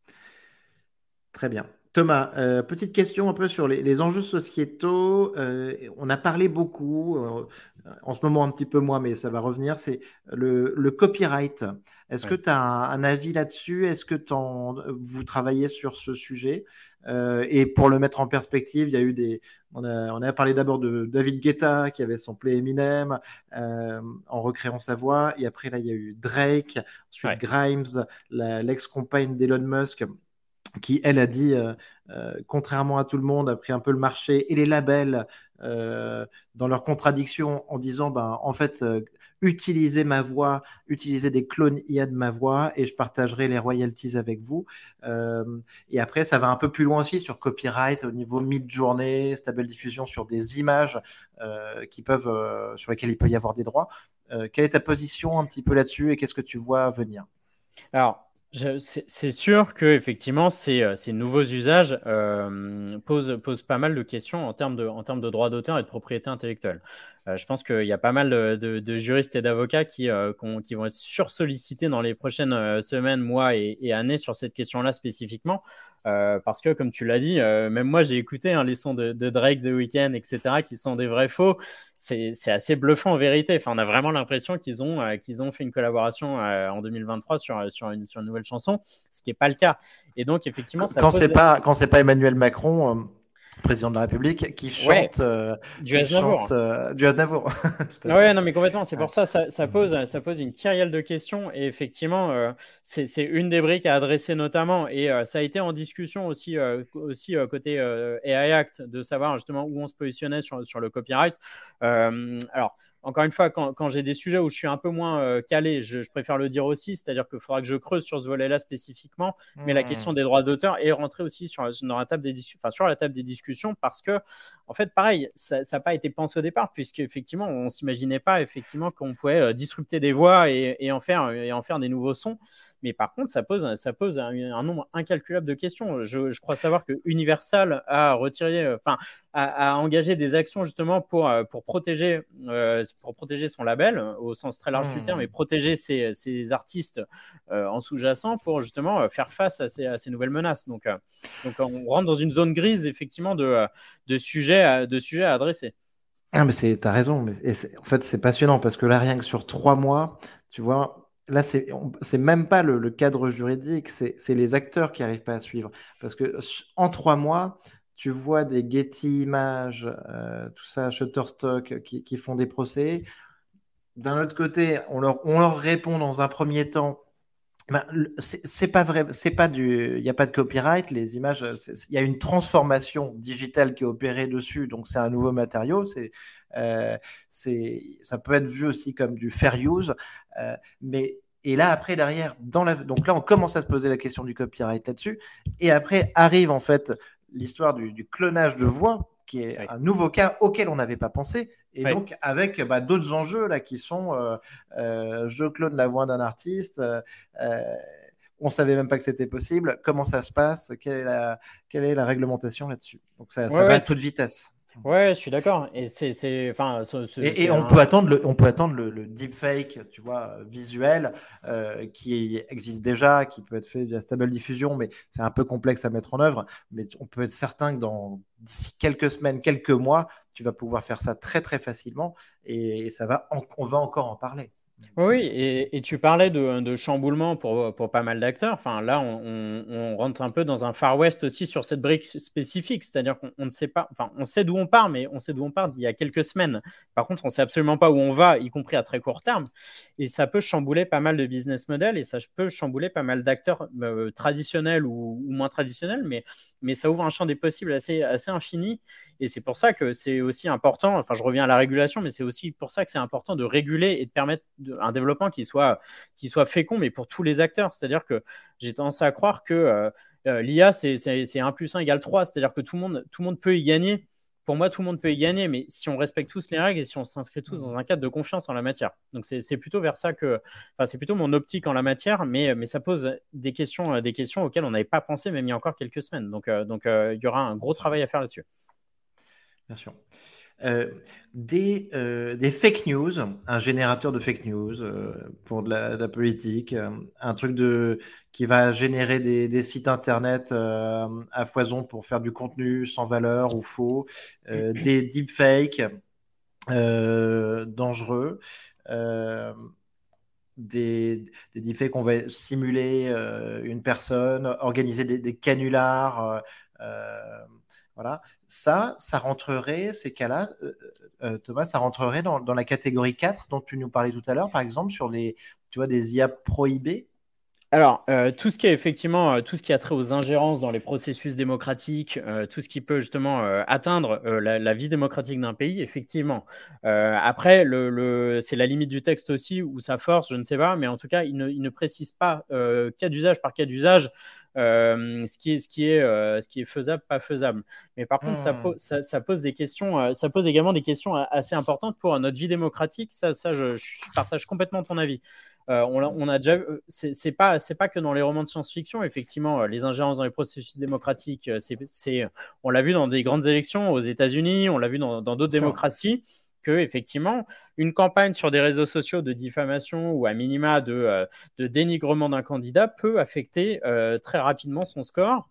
Très bien. Thomas, petite question un peu sur les enjeux sociétaux. On a parlé beaucoup, en ce moment un petit peu moins, mais ça va revenir, c'est le copyright. Est-ce que Ouais. tu as un avis là-dessus? Est-ce que vous travaillez sur ce sujet? Et pour le mettre en perspective, il y a eu on a parlé d'abord de David Guetta qui avait samplé Eminem en recréant sa voix. Et après, là, il y a eu Drake, ensuite Ouais. Grimes, l'ex-compagne d'Elon Musk, qui, elle, a dit, contrairement à tout le monde, a pris un peu le marché et les labels dans leur contradiction en disant, ben, en fait, utilisez ma voix, utilisez des clones IA de ma voix et je partagerai les royalties avec vous. Et après, ça va un peu plus loin aussi sur copyright au niveau mid-journée, stable diffusion sur des images sur lesquelles il peut y avoir des droits. Quelle est ta position un petit peu là-dessus et qu'est-ce que tu vois venir? Alors, c'est sûr que effectivement ces nouveaux usages posent pas mal de questions en termes de droit d'auteur et de propriété intellectuelle. Je pense qu'il y a pas mal de juristes et d'avocats qui vont être sursollicités dans les prochaines semaines, mois et années sur cette question-là spécifiquement. Parce que, comme tu l'as dit, même moi, j'ai écouté les sons de Drake, The Weeknd, etc., qui sont des vrais faux. C'est assez bluffant en vérité. Enfin, on a vraiment l'impression qu'ils ont fait une collaboration en 2023 sur une nouvelle chanson, ce qui n'est pas le cas. Et donc, effectivement, ça Quand pose... c'est pas Emmanuel Macron, président de la République, qui Ouais, chante, du Aznavour. Du Aznavour. Tout à Ouais, fait. non, mais complètement. C'est Ouais. pour ça, ça pose une kyrielle de questions. Et effectivement, c'est une des briques à adresser notamment. Et ça a été en discussion aussi côté AI Act, de savoir justement où on se positionnait sur le copyright. Alors, encore une fois, quand j'ai des sujets où je suis un peu moins calé, je préfère le dire aussi. C'est-à-dire qu'il faudra que je creuse sur ce volet-là spécifiquement. Mais la question des droits d'auteur est rentrée aussi sur la table des discussions parce que, en fait, pareil, ça n'a pas été pensé au départ, puisque effectivement, on ne s'imaginait pas effectivement qu'on pouvait disrupter des voix et en faire des nouveaux sons. Mais par contre, ça pose un nombre incalculable de questions. Je crois savoir que Universal a engagé des actions justement pour protéger son label au sens très large du terme et protéger ses artistes en sous-jacent pour justement faire face à ces nouvelles menaces. Donc, on rentre dans une zone grise effectivement de sujets à adresser. Ah, mais t'as raison. En fait, c'est passionnant parce que là, rien que sur 3 mois, tu vois, là, c'est même pas le cadre juridique, c'est les acteurs qui n'arrivent pas à suivre. Parce que en 3 mois, tu vois des Getty Images, tout ça, Shutterstock, qui font des procès. D'un autre côté, on leur répond dans un premier temps. Ben, c'est pas vrai, il n'y a pas de copyright, les images, il y a une transformation digitale qui est opérée dessus, donc c'est un nouveau matériau, euh, ça peut être vu aussi comme du fair use, et là après derrière, donc là on commence à se poser la question du copyright là-dessus, et après arrive en fait l'histoire du clonage de voix, qui est Oui. un nouveau cas auquel on n'avait pas pensé, et Oui. donc avec d'autres enjeux là qui sont je clone la voix d'un artiste, on savait même pas que c'était possible, comment ça se passe, quelle est la réglementation là-dessus. Donc ça Ouais, va ouais, à toute vitesse. ouais, je suis d'accord. Et enfin, Et c'est on peut attendre le deepfake, tu vois, visuel, qui existe déjà, qui peut être fait via Stable Diffusion, mais c'est un peu complexe à mettre en œuvre. Mais on peut être certain que d'ici quelques semaines, quelques mois, tu vas pouvoir faire ça très très facilement, et on va encore en parler. Oui, oui, et tu parlais de chamboulement pour pas mal d'acteurs. Enfin, là, on rentre un peu dans un Far West aussi sur cette brique spécifique, c'est-à-dire qu'on ne sait pas, enfin, on sait d'où on part, mais on sait d'où on part il y a quelques semaines. Par contre, on sait absolument pas où on va, y compris à très court terme. Et ça peut chambouler pas mal de business models et ça peut chambouler pas mal d'acteurs traditionnels ou moins traditionnels, mais ça ouvre un champ des possibles assez infini. Et c'est pour ça que c'est aussi important, enfin je reviens à la régulation, mais c'est aussi pour ça que c'est important de réguler et de permettre un développement qui soit fécond, mais pour tous les acteurs. C'est-à-dire que j'ai tendance à croire que l'IA, c'est 1 plus 1 égale 3, c'est-à-dire que tout le monde peut y gagner. Pour moi, tout le monde peut y gagner, mais si on respecte tous les règles et si on s'inscrit tous dans un cadre de confiance en la matière. Donc c'est plutôt vers ça que, enfin c'est plutôt mon optique en la matière, mais ça pose des questions auxquelles on n'avait pas pensé même il y a encore quelques semaines. Donc il y aura un gros travail à faire là-dessus. Bien sûr. Euh, des fake news, un générateur de fake news pour de la politique, un truc qui va générer des sites internet à foison pour faire du contenu sans valeur ou faux, des deepfakes dangereux, euh, des deepfakes qu'on va simuler une personne, organiser des canulars. Voilà, ça rentrerait, ces cas-là, Thomas, ça rentrerait dans la catégorie 4 dont tu nous parlais tout à l'heure, par exemple, sur tu vois, des IA prohibées. Alors, tout ce qui est effectivement, tout ce qui a trait aux ingérences dans les processus démocratiques, tout ce qui peut justement atteindre la vie démocratique d'un pays, effectivement. Après, c'est la limite du texte aussi, ou sa force, je ne sais pas, mais en tout cas, il ne précise pas cas d'usage par cas d'usage ce qui est faisable, pas faisable. Mais par contre, ça pose des questions, ça pose également des questions assez importantes pour notre vie démocratique. Ça je partage complètement ton avis. On a déjà, c'est pas que dans les romans de science-fiction, effectivement, les ingérences dans les processus démocratiques, on l'a vu dans des grandes élections aux États-Unis, on l'a vu dans d'autres démocraties, que effectivement, une campagne sur des réseaux sociaux de diffamation ou à minima de dénigrement d'un candidat peut affecter très rapidement son score.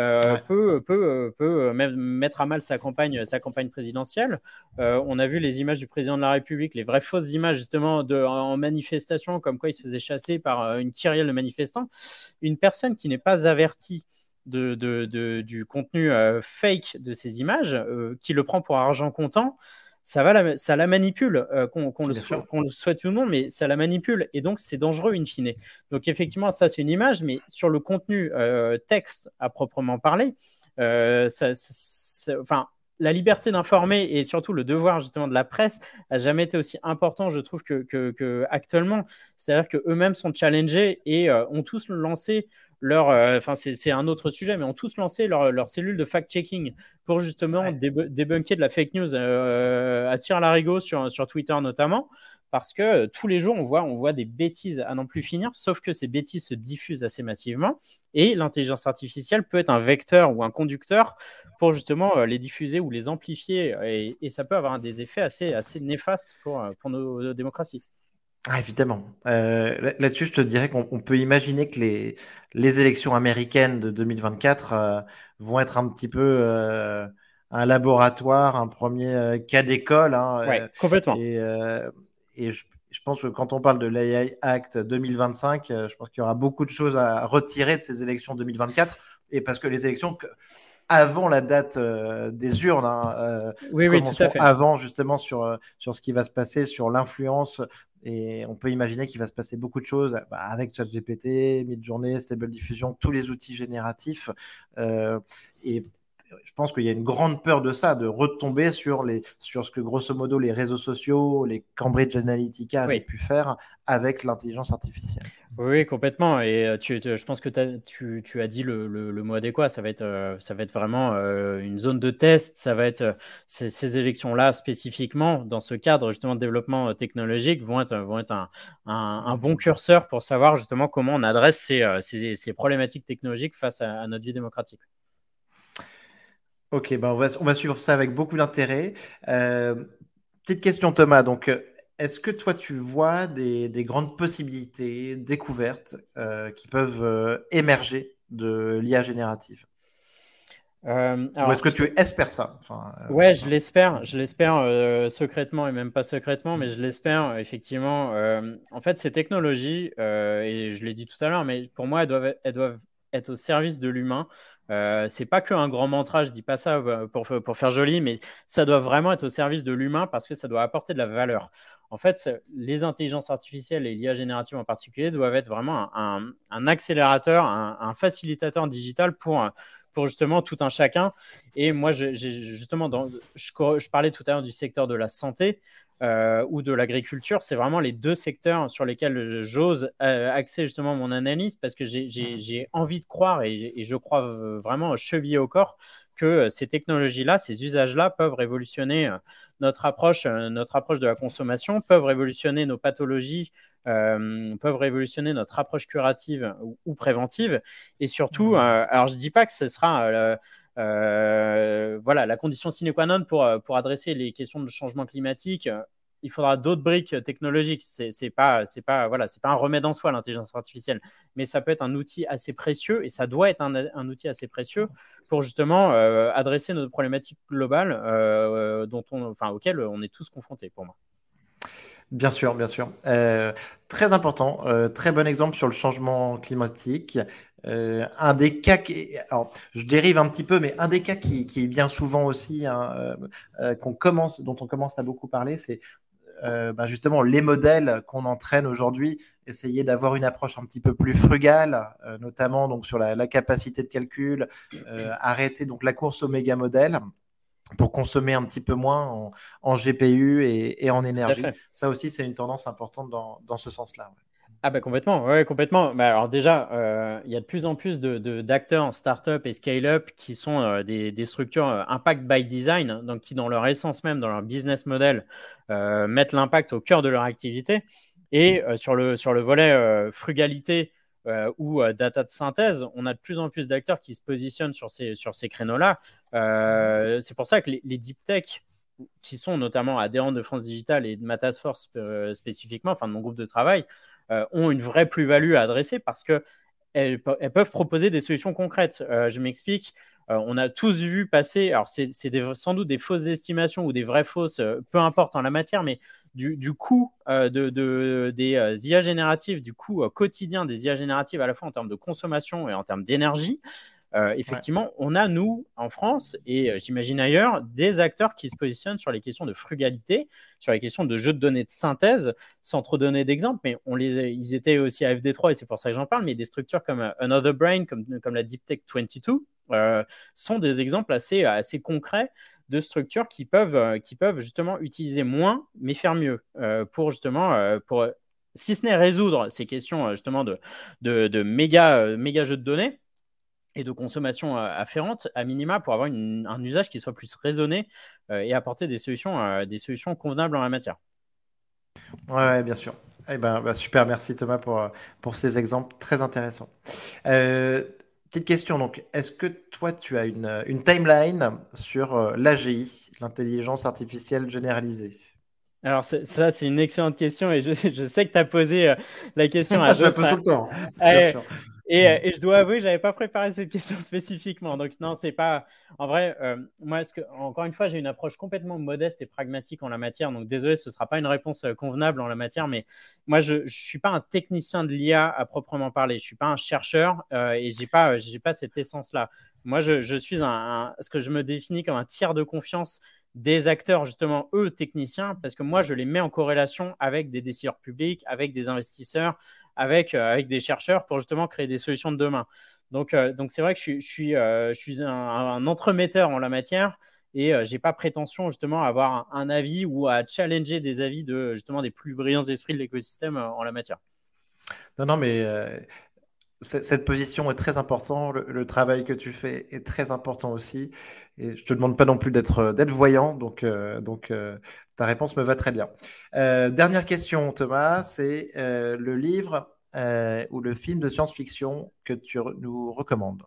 Peut même mettre à mal sa campagne présidentielle. On a vu les images du président de la République, les vraies fausses images justement en manifestation, comme quoi il se faisait chasser par une kyrielle de manifestants. Une personne qui n'est pas avertie du contenu fake de ces images, qui le prend pour argent comptant, ça la manipule, qu'on le souhaite ou non, mais ça la manipule. Et donc, c'est dangereux in fine. Donc, effectivement, ça, c'est une image, mais sur le contenu texte à proprement parler, enfin, la liberté d'informer et surtout le devoir justement de la presse a jamais été aussi important, je trouve, que actuellement. C'est-à-dire qu'eux-mêmes sont challengés et ont tous lancé c'est un autre sujet, mais ont tous lancé leur cellule de fact-checking pour justement débunker de la fake news à tir larigot sur Twitter notamment, parce que tous les jours, on voit des bêtises à n'en plus finir, sauf que ces bêtises se diffusent assez massivement, et l'intelligence artificielle peut être un vecteur ou un conducteur pour justement les diffuser ou les amplifier, et ça peut avoir des effets assez néfastes pour nos démocraties. Ah, évidemment. Là-dessus, je te dirais qu'on peut imaginer que les élections américaines de 2024 vont être un petit peu un laboratoire, un premier cas d'école. Hein, Ouais, complètement. Et je pense que quand on parle de l'AI Act 2025, je pense qu'il y aura beaucoup de choses à retirer de ces élections 2024. Et parce que les élections avant la date des urnes, hein, Oui, oui, tout à commenceront fait. avant justement sur ce qui va se passer, sur l'influence. Et on peut imaginer qu'il va se passer beaucoup de choses avec ChatGPT, Midjourney, Stable Diffusion, tous les outils génératifs. Et je pense qu'il y a une grande peur de ça, de retomber sur ce que grosso modo les réseaux sociaux, les Cambridge Analytica avaient pu faire avec l'intelligence artificielle. Oui, complètement. Et je pense que tu as dit le mot adéquat. Ça va être vraiment une zone de test. Ça va être ces élections-là spécifiquement dans ce cadre justement de développement technologique vont être un bon curseur pour savoir justement comment on adresse ces problématiques technologiques face à notre vie démocratique. Ok, ben on va suivre ça avec beaucoup d'intérêt. Petite question Thomas, donc est-ce que toi tu vois des grandes possibilités, découvertes qui peuvent émerger de l'IA générative? Ou est-ce que tu espères ça? Ouais, je l'espère secrètement et même pas secrètement, mais je l'espère effectivement. En fait, ces technologies, et je l'ai dit tout à l'heure, mais pour moi, elles doivent être au service de l'humain. C'est pas qu'un grand mantra, je dis pas ça pour faire joli, mais ça doit vraiment être au service de l'humain parce que ça doit apporter de la valeur. En fait, les intelligences artificielles et l'IA générative en particulier doivent être vraiment un accélérateur, un facilitateur digital pour justement tout un chacun. Et moi, justement, je parlais tout à l'heure du secteur de la santé ou de l'agriculture. C'est vraiment les deux secteurs sur lesquels j'ose axer justement mon analyse parce que j'ai envie de croire et je crois vraiment chevillé au corps que ces technologies-là, ces usages-là peuvent révolutionner notre approche de la consommation, peuvent révolutionner nos pathologies, peuvent révolutionner notre approche curative ou préventive. Et surtout, alors je ne dis pas que ce sera voilà, la condition sine qua non pour adresser les questions de changement climatique. Il faudra d'autres briques technologiques. C'est pas un remède en soi, l'intelligence artificielle, mais ça peut être un outil assez précieux et ça doit être un outil assez précieux pour justement adresser nos problématiques globales auxquelles on est tous confrontés pour moi. Bien sûr, bien sûr. Très important, très bon exemple sur le changement climatique. Un des cas alors, je dérive un petit peu, mais un des cas qui vient souvent aussi, hein, dont on commence à beaucoup parler, c'est justement les modèles qu'on entraîne aujourd'hui, essayer d'avoir une approche un petit peu plus frugale, notamment donc sur la capacité de calcul, arrêter donc la course au méga modèle pour consommer un petit peu moins en GPU et en énergie. Ça aussi, c'est une tendance importante dans ce sens-là. Ouais. Ah bah complètement, ouais, complètement. Bah alors déjà, il y a de plus en plus d'acteurs start-up et scale-up qui sont des structures impact by design, donc qui dans leur essence même, dans leur business model, mettent l'impact au cœur de leur activité. Et sur le volet frugalité ou data de synthèse, on a de plus en plus d'acteurs qui se positionnent sur ces créneaux-là. C'est pour ça que les deep tech, qui sont notamment adhérents de France Digital et de ma task force spécifiquement, enfin de mon groupe de travail, ont une vraie plus-value à adresser parce qu'elles peuvent proposer des solutions concrètes. Je m'explique. On a tous vu passer, alors c'est sans doute des fausses estimations ou des vraies fausses, peu importe en la matière, mais du coût des IA génératives, du coût quotidien des IA génératives à la fois en termes de consommation et en termes d'énergie. Effectivement, on a, nous, en France, et j'imagine ailleurs, des acteurs qui se positionnent sur les questions de frugalité, sur les questions de jeux de données de synthèse, sans trop donner d'exemples, mais ils étaient aussi à FD3, et c'est pour ça que j'en parle, mais des structures comme Another Brain, comme la Deep Tech 22, sont des exemples assez concrets de structures qui peuvent justement utiliser moins, mais faire mieux, pour justement, si ce n'est résoudre ces questions justement de méga jeux de données, et de consommation afférente, à minima, pour avoir un usage qui soit plus raisonné et apporter des solutions convenables en la matière. Ouais, bien sûr. Eh ben, super, merci Thomas pour ces exemples très intéressants. Petite question, donc, est-ce que toi, tu as une timeline sur l'AGI, l'intelligence artificielle généralisée? Alors ça, c'est une excellente question et je sais que tu as posé la question à Je la d'autres. pose tout le temps, bien sûr. Et je dois avouer, je n'avais pas préparé cette question spécifiquement. Donc non, c'est pas… En vrai, moi, encore une fois, j'ai une approche complètement modeste et pragmatique en la matière. Donc désolé, ce ne sera pas une réponse convenable en la matière. Mais moi, je ne suis pas un technicien de l'IA à proprement parler. Je ne suis pas un chercheur et je n'ai pas cette essence-là. Moi, je suis ce que je me définis comme un tiers de confiance des acteurs, justement, eux, techniciens, parce que moi, je les mets en corrélation avec des décideurs publics, avec des investisseurs, avec des chercheurs pour justement créer des solutions de demain. Donc c'est vrai que je suis un entremetteur en la matière et je n'ai pas prétention justement à avoir un avis ou à challenger des avis de justement des plus brillants esprits de l'écosystème en la matière. Non, non, mais cette position est très importante. Le travail que tu fais est très important aussi. Et je te demande pas non plus d'être voyant. Donc, ta réponse me va très bien. Dernière question, Thomas, c'est le livre ou le film de science-fiction que nous recommandes.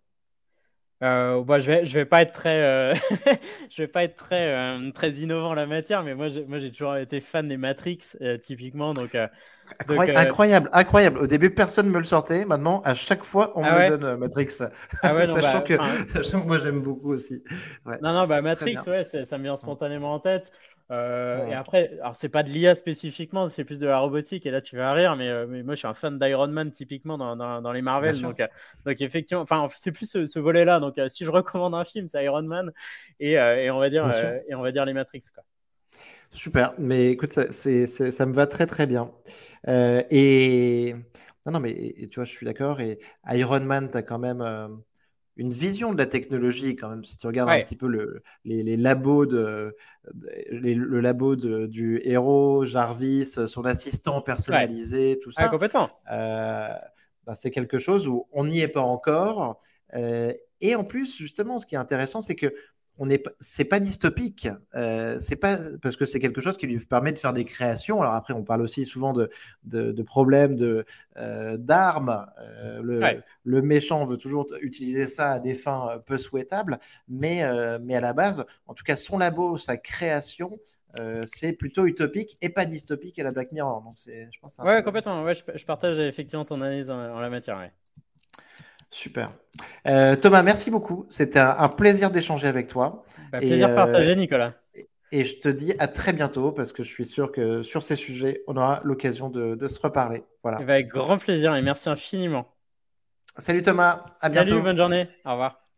Je vais pas être très, je vais pas être très innovant en la matière, mais moi j'ai toujours été fan des Matrix typiquement, donc Incroyable, incroyable. Au début, personne ne me le sortait. Maintenant, à chaque fois, on ah me le ouais, donne, Matrix. ah ouais non Sachant bah que, enfin sachant que moi, j'aime beaucoup aussi. Ouais, non, non, bah très Matrix, bien. ouais, ça me vient Mm, spontanément en tête. Et mm. après, alors c'est pas de l'IA spécifiquement, c'est plus de la robotique. Et là, tu vas rire, mais moi, je suis un fan d'Iron Man typiquement dans les Bien Marvel. sûr, Donc effectivement, enfin, c'est plus ce volet-là. Donc, si je recommande un film, c'est Iron Man et bien sûr. et on va dire les Matrix, quoi. Super. Mais écoute, ça me va très, très bien. Et non, non, mais tu vois, je suis d'accord. Et Iron Man, tu as quand même une vision de la technologie, quand même. Si tu regardes un Ouais, petit peu les labos le labo du héros, Jarvis, son assistant ouais, personnalisé, tout ouais, ça, complètement. euh, bah, c'est quelque chose où on n'y est pas encore. Euh, et en plus, justement, ce qui est intéressant, c'est que c'est pas dystopique. C'est pas parce que c'est quelque chose qui lui permet de faire des créations. Alors après, on parle aussi souvent de problèmes d'armes. Ouais. Le méchant veut toujours utiliser ça à des fins peu souhaitables, mais à la base, en tout cas, son labo, sa création, c'est plutôt utopique et pas dystopique à la Black Mirror. Donc je pense que c'est un Ouais, peu complètement. Ouais, je partage effectivement ton analyse en la matière. Ouais. super. Thomas, merci beaucoup. C'était un plaisir d'échanger avec toi. Bah, Et, plaisir euh, partagé, Nicolas. et je te dis à très bientôt parce que je suis sûr que sur ces sujets, on aura l'occasion de se reparler. Et Voilà. bah, avec grand plaisir et merci infiniment. Salut Thomas, à Salut, bientôt. bonne journée. Au revoir.